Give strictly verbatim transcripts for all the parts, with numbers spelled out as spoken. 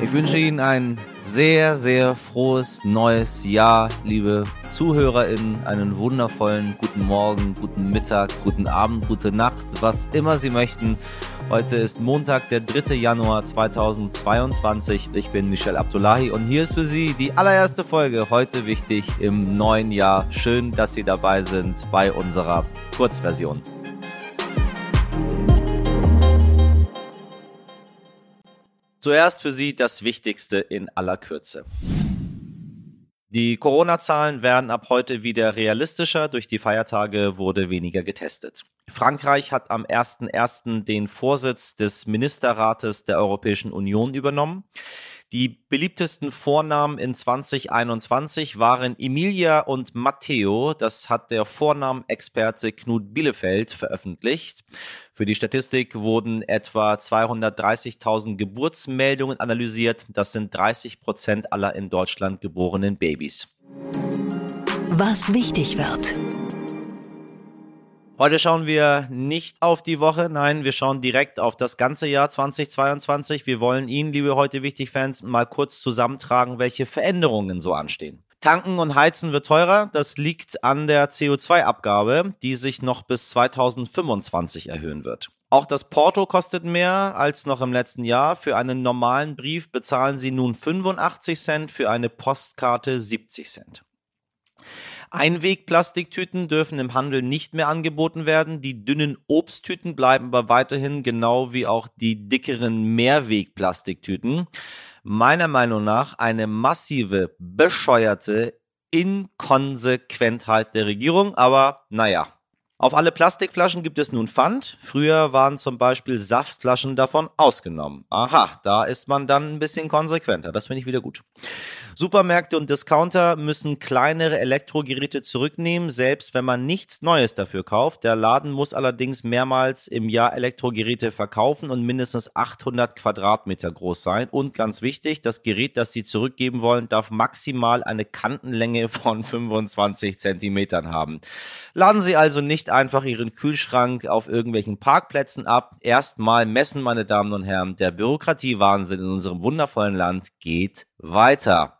Ich wünsche Ihnen ein sehr, sehr frohes neues Jahr, liebe ZuhörerInnen. Einen wundervollen guten Morgen, guten Mittag, guten Abend, gute Nacht, was immer Sie möchten. Heute ist Montag, der dritte Januar zweitausendzweiundzwanzig. Ich bin Michel Abdullahi und hier ist für Sie die allererste Folge heute wichtig im neuen Jahr. Schön, dass Sie dabei sind bei unserer Kurzversion. Zuerst für Sie das Wichtigste in aller Kürze. Die Corona-Zahlen werden ab heute wieder realistischer. Durch die Feiertage wurde weniger getestet. Frankreich hat am ersten ersten den Vorsitz des Ministerrates der Europäischen Union übernommen. Die beliebtesten Vornamen in zwanzig einundzwanzig waren Emilia und Matteo. Das hat der Vornamenexperte Knut Bielefeld veröffentlicht. Für die Statistik wurden etwa zweihundertdreißigtausend Geburtsmeldungen analysiert. Das sind dreißig Prozent aller in Deutschland geborenen Babys. Was wichtig wird. Heute schauen wir nicht auf die Woche, nein, wir schauen direkt auf das ganze Jahr zweitausendzweiundzwanzig. Wir wollen Ihnen, liebe Heute-Wichtig-Fans, mal kurz zusammentragen, welche Veränderungen so anstehen. Tanken und Heizen wird teurer, das liegt an der C O zwei Abgabe, die sich noch bis zweitausendfünfundzwanzig erhöhen wird. Auch das Porto kostet mehr als noch im letzten Jahr. Für einen normalen Brief bezahlen Sie nun fünfundachtzig Cent, für eine Postkarte siebzig Cent. Einwegplastiktüten dürfen im Handel nicht mehr angeboten werden. Die dünnen Obsttüten bleiben aber weiterhin, genau wie auch die dickeren Mehrwegplastiktüten. Meiner Meinung nach eine massive, bescheuerte Inkonsequentheit der Regierung, aber naja. Auf alle Plastikflaschen gibt es nun Pfand. Früher waren zum Beispiel Saftflaschen davon ausgenommen. Aha, da ist man dann ein bisschen konsequenter. Das finde ich wieder gut. Supermärkte und Discounter müssen kleinere Elektrogeräte zurücknehmen, selbst wenn man nichts Neues dafür kauft. Der Laden muss allerdings mehrmals im Jahr Elektrogeräte verkaufen und mindestens achthundert Quadratmeter groß sein. Und ganz wichtig, das Gerät, das Sie zurückgeben wollen, darf maximal eine Kantenlänge von fünfundzwanzig Zentimetern haben. Laden Sie also nicht einfach Ihren Kühlschrank auf irgendwelchen Parkplätzen ab. Erstmal messen, meine Damen und Herren, der Bürokratiewahnsinn in unserem wundervollen Land geht weiter.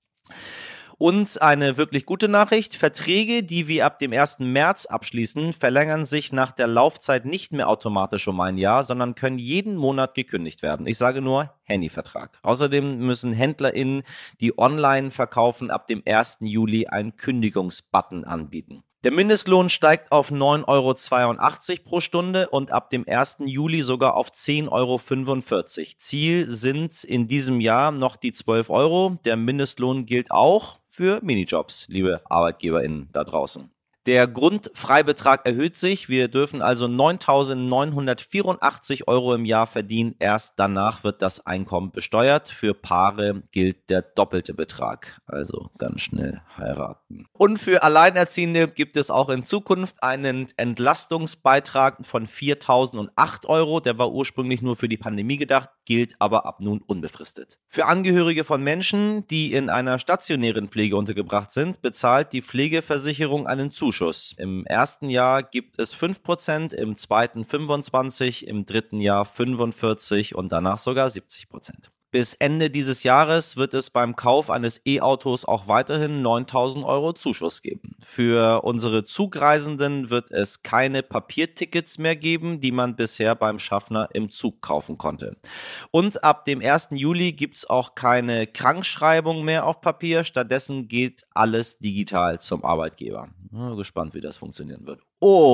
Und eine wirklich gute Nachricht, Verträge, die wir ab dem ersten März abschließen, verlängern sich nach der Laufzeit nicht mehr automatisch um ein Jahr, sondern können jeden Monat gekündigt werden. Ich sage nur Handyvertrag. Außerdem müssen HändlerInnen, die online verkaufen, ab dem ersten Juli einen Kündigungsbutton anbieten. Der Mindestlohn steigt auf neun Euro zweiundachtzig pro Stunde und ab dem ersten Juli sogar auf zehn Euro fünfundvierzig. Ziel sind in diesem Jahr noch die zwölf Euro. Der Mindestlohn gilt auch für Minijobs, liebe ArbeitgeberInnen da draußen. Der Grundfreibetrag erhöht sich. Wir dürfen also neuntausendneunhundertvierundachtzig Euro im Jahr verdienen. Erst danach wird das Einkommen besteuert. Für Paare gilt der doppelte Betrag. Also ganz schnell heiraten. Und für Alleinerziehende gibt es auch in Zukunft einen Entlastungsbeitrag von viertausendacht Euro. Der war ursprünglich nur für die Pandemie gedacht, gilt aber ab nun unbefristet. Für Angehörige von Menschen, die in einer stationären Pflege untergebracht sind, bezahlt die Pflegeversicherung einen Zuschuss. Im ersten Jahr gibt es fünf Prozent, im zweiten fünfundzwanzig, im dritten Jahr fünfundvierzig und danach sogar siebzig Prozent. Bis Ende dieses Jahres wird es beim Kauf eines E-Autos auch weiterhin neuntausend Euro Zuschuss geben. Für unsere Zugreisenden wird es keine Papiertickets mehr geben, die man bisher beim Schaffner im Zug kaufen konnte. Und ab dem ersten Juli gibt es auch keine Krankschreibung mehr auf Papier. Stattdessen geht alles digital zum Arbeitgeber. Bin gespannt, wie das funktionieren wird.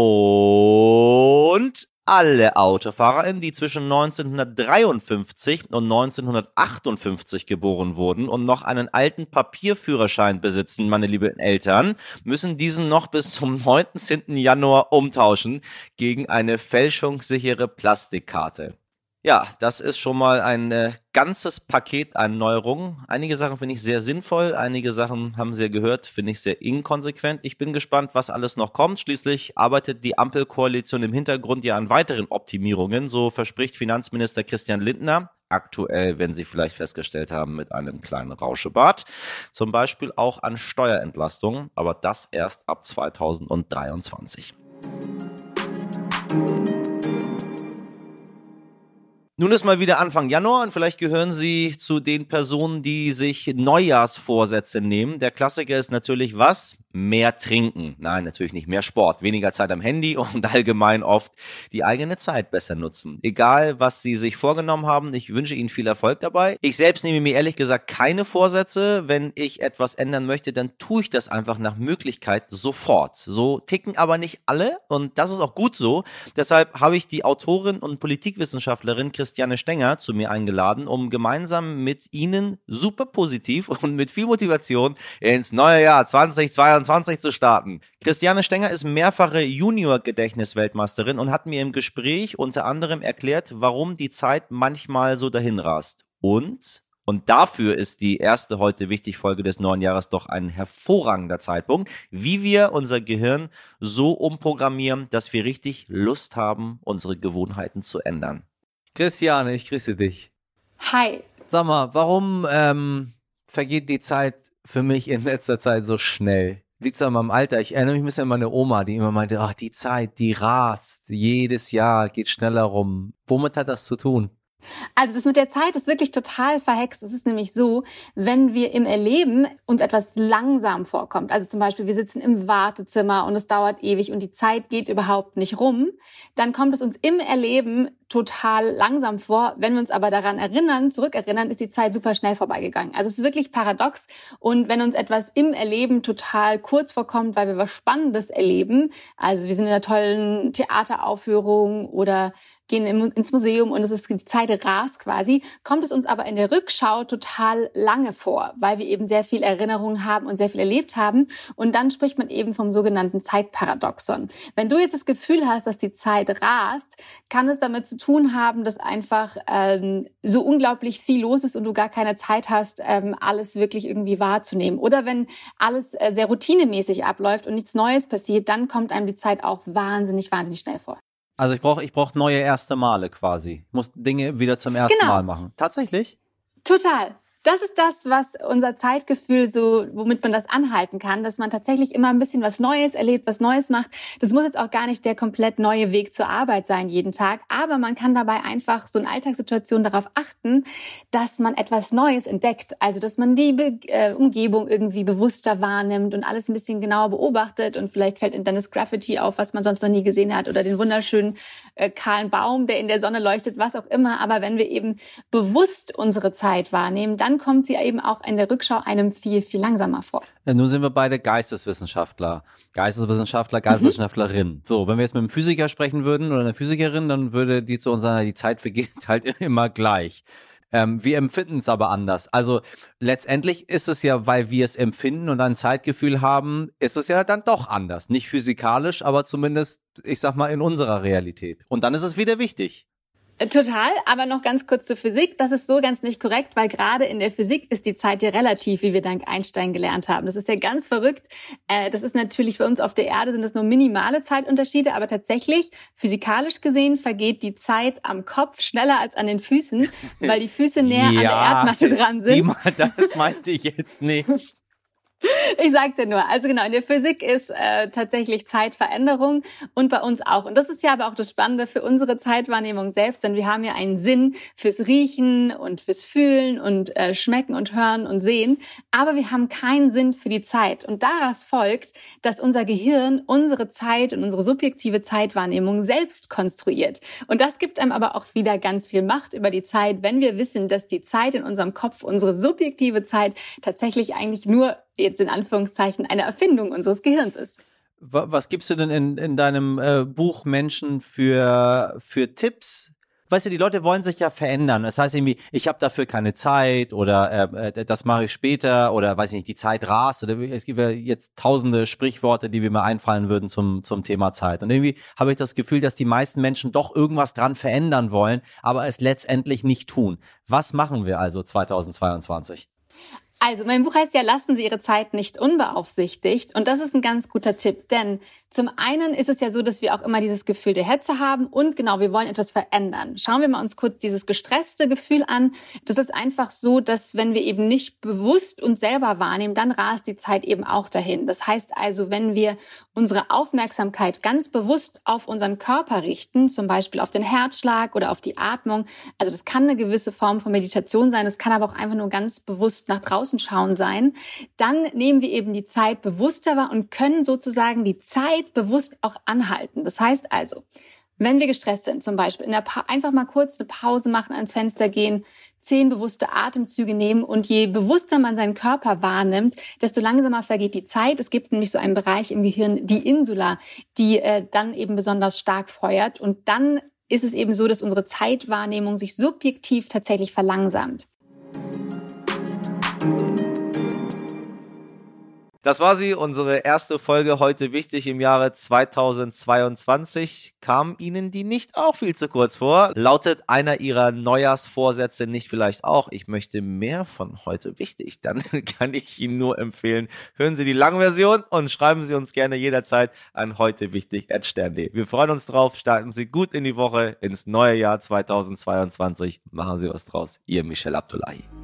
Und alle AutofahrerInnen, die zwischen neunzehnhundertdreiundfünfzig und neunzehnhundertachtundfünfzig geboren wurden und noch einen alten Papierführerschein besitzen, meine lieben Eltern, müssen diesen noch bis zum neunzehnten Januar umtauschen gegen eine fälschungssichere Plastikkarte. Ja, das ist schon mal ein äh, ganzes Paket an Neuerungen. Einige Sachen finde ich sehr sinnvoll, einige Sachen, haben Sie ja gehört, finde ich sehr inkonsequent. Ich bin gespannt, was alles noch kommt. Schließlich arbeitet die Ampelkoalition im Hintergrund ja an weiteren Optimierungen. So verspricht Finanzminister Christian Lindner, aktuell, wenn Sie vielleicht festgestellt haben, mit einem kleinen Rauschebart, zum Beispiel auch an Steuerentlastungen, aber das erst ab zweitausenddreiundzwanzig. Nun ist mal wieder Anfang Januar und vielleicht gehören Sie zu den Personen, die sich Neujahrsvorsätze nehmen. Der Klassiker ist natürlich was? Mehr trinken. Nein, natürlich nicht mehr Sport, weniger Zeit am Handy und allgemein oft die eigene Zeit besser nutzen. Egal, was Sie sich vorgenommen haben, ich wünsche Ihnen viel Erfolg dabei. Ich selbst nehme mir ehrlich gesagt keine Vorsätze. Wenn ich etwas ändern möchte, dann tue ich das einfach nach Möglichkeit sofort. So ticken aber nicht alle und das ist auch gut so. Deshalb habe ich die Autorin und Politikwissenschaftlerin Christiane Stenger zu mir eingeladen, um gemeinsam mit Ihnen super positiv und mit viel Motivation ins neue Jahr zwanzig zweiundzwanzig zu starten. Christiane Stenger ist mehrfache Junior-Gedächtnis-Weltmeisterin und hat mir im Gespräch unter anderem erklärt, warum die Zeit manchmal so dahin rast. Und, und dafür ist die erste heute wichtig Folge des neuen Jahres doch ein hervorragender Zeitpunkt, wie wir unser Gehirn so umprogrammieren, dass wir richtig Lust haben, unsere Gewohnheiten zu ändern. Christiane, ich grüße dich. Hi. Sag mal, warum ähm, vergeht die Zeit für mich in letzter Zeit so schnell? Liegt es an meinem Alter? Ich erinnere mich ein bisschen an meine Oma, die immer meinte, ach, die Zeit, die rast, jedes Jahr geht schneller rum. Womit hat das zu tun? Also das mit der Zeit ist wirklich total verhext. Es ist nämlich so, wenn wir im Erleben uns etwas langsam vorkommt, also zum Beispiel wir sitzen im Wartezimmer und es dauert ewig und die Zeit geht überhaupt nicht rum, dann kommt es uns im Erleben total langsam vor. Wenn wir uns aber daran erinnern, zurückerinnern, ist die Zeit super schnell vorbeigegangen. Also es ist wirklich paradox. Und wenn uns etwas im Erleben total kurz vorkommt, weil wir was Spannendes erleben, also wir sind in einer tollen Theateraufführung oder gehen ins Museum und es ist die Zeit rast quasi, kommt es uns aber in der Rückschau total lange vor, weil wir eben sehr viel Erinnerungen haben und sehr viel erlebt haben. Und dann spricht man eben vom sogenannten Zeitparadoxon. Wenn du jetzt das Gefühl hast, dass die Zeit rast, kann es damit zu tun haben, dass einfach ähm, so unglaublich viel los ist und du gar keine Zeit hast, ähm, alles wirklich irgendwie wahrzunehmen. Oder wenn alles äh, sehr routinemäßig abläuft und nichts Neues passiert, dann kommt einem die Zeit auch wahnsinnig, wahnsinnig schnell vor. Also ich brauche ich brauch neue erste Male quasi. Ich muss Dinge wieder zum ersten Genau. Mal machen. Tatsächlich? Total. Das ist das, was unser Zeitgefühl so, womit man das anhalten kann, dass man tatsächlich immer ein bisschen was Neues erlebt, was Neues macht. Das muss jetzt auch gar nicht der komplett neue Weg zur Arbeit sein jeden Tag, aber man kann dabei einfach so in Alltagssituationen darauf achten, dass man etwas Neues entdeckt. Also, dass man die Be- äh, Umgebung irgendwie bewusster wahrnimmt und alles ein bisschen genauer beobachtet und vielleicht fällt in dann das Graffiti auf, was man sonst noch nie gesehen hat oder den wunderschönen äh, kahlen Baum, der in der Sonne leuchtet, was auch immer. Aber wenn wir eben bewusst unsere Zeit wahrnehmen, dann kommt sie eben auch in der Rückschau einem viel, viel langsamer vor. Ja, nun sind wir beide Geisteswissenschaftler. Geisteswissenschaftler, Geisteswissenschaftlerin. Mhm. So, wenn wir jetzt mit einem Physiker sprechen würden oder einer Physikerin, dann würde die zu uns sagen, die Zeit vergeht halt immer gleich. Ähm, wir empfinden es aber anders. Also letztendlich ist es ja, weil wir es empfinden und ein Zeitgefühl haben, ist es ja dann doch anders. Nicht physikalisch, aber zumindest, ich sag mal, in unserer Realität. Und dann ist es wieder wichtig. Total, aber noch ganz kurz zur Physik. Das ist so ganz nicht korrekt, weil gerade in der Physik ist die Zeit ja relativ, wie wir dank Einstein gelernt haben. Das ist ja ganz verrückt. Das ist natürlich für uns auf der Erde sind das nur minimale Zeitunterschiede, aber tatsächlich, physikalisch gesehen, vergeht die Zeit am Kopf schneller als an den Füßen, weil die Füße näher ja, an der Erdmasse dran sind. Das meinte ich jetzt nicht. Ich sag's ja nur. Also genau, in der Physik ist äh, tatsächlich Zeitveränderung und bei uns auch. Und das ist ja aber auch das Spannende für unsere Zeitwahrnehmung selbst, denn wir haben ja einen Sinn fürs Riechen und fürs Fühlen und äh, Schmecken und Hören und Sehen, aber wir haben keinen Sinn für die Zeit. Und daraus folgt, dass unser Gehirn unsere Zeit und unsere subjektive Zeitwahrnehmung selbst konstruiert. Und das gibt einem aber auch wieder ganz viel Macht über die Zeit, wenn wir wissen, dass die Zeit in unserem Kopf, unsere subjektive Zeit, tatsächlich eigentlich nur jetzt in Anführungszeichen eine Erfindung unseres Gehirns ist. Was gibst du denn in, in deinem äh, Buch Menschen für, für Tipps? Weißt du, die Leute wollen sich ja verändern. Das heißt irgendwie, ich habe dafür keine Zeit oder äh, das mache ich später oder weiß ich nicht, die Zeit rast. Oder es gibt ja jetzt tausende Sprichworte, die mir mal einfallen würden zum, zum Thema Zeit. Und irgendwie habe ich das Gefühl, dass die meisten Menschen doch irgendwas dran verändern wollen, aber es letztendlich nicht tun. Was machen wir also zweitausendzweiundzwanzig? Also, mein Buch heißt ja, lassen Sie Ihre Zeit nicht unbeaufsichtigt. Und das ist ein ganz guter Tipp, denn zum einen ist es ja so, dass wir auch immer dieses Gefühl der Hetze haben und genau, wir wollen etwas verändern. Schauen wir mal uns kurz dieses gestresste Gefühl an. Das ist einfach so, dass wenn wir eben nicht bewusst uns selber wahrnehmen, dann rast die Zeit eben auch dahin. Das heißt also, wenn wir unsere Aufmerksamkeit ganz bewusst auf unseren Körper richten, zum Beispiel auf den Herzschlag oder auf die Atmung, also das kann eine gewisse Form von Meditation sein, das kann aber auch einfach nur ganz bewusst nach draußen schauen sein, dann nehmen wir eben die Zeit bewusster wahr und können sozusagen die Zeit bewusst auch anhalten. Das heißt also, wenn wir gestresst sind, zum Beispiel in der pa- einfach mal kurz eine Pause machen, ans Fenster gehen, zehn bewusste Atemzüge nehmen und je bewusster man seinen Körper wahrnimmt, desto langsamer vergeht die Zeit. Es gibt nämlich so einen Bereich im Gehirn, die Insula, die äh, dann eben besonders stark feuert und dann ist es eben so, dass unsere Zeitwahrnehmung sich subjektiv tatsächlich verlangsamt. Das war sie, unsere erste Folge heute wichtig im Jahre zweitausendzweiundzwanzig. Kam Ihnen die nicht auch viel zu kurz vor? Lautet einer Ihrer Neujahrsvorsätze nicht vielleicht auch, ich möchte mehr von heute wichtig? Dann kann ich Ihnen nur empfehlen, hören Sie die Langversion und schreiben Sie uns gerne jederzeit an heute wichtig at stern punkt de. Wir freuen uns drauf, starten Sie gut in die Woche, ins neue Jahr zweitausendzweiundzwanzig. Machen Sie was draus. Ihr Michel Abdullahi.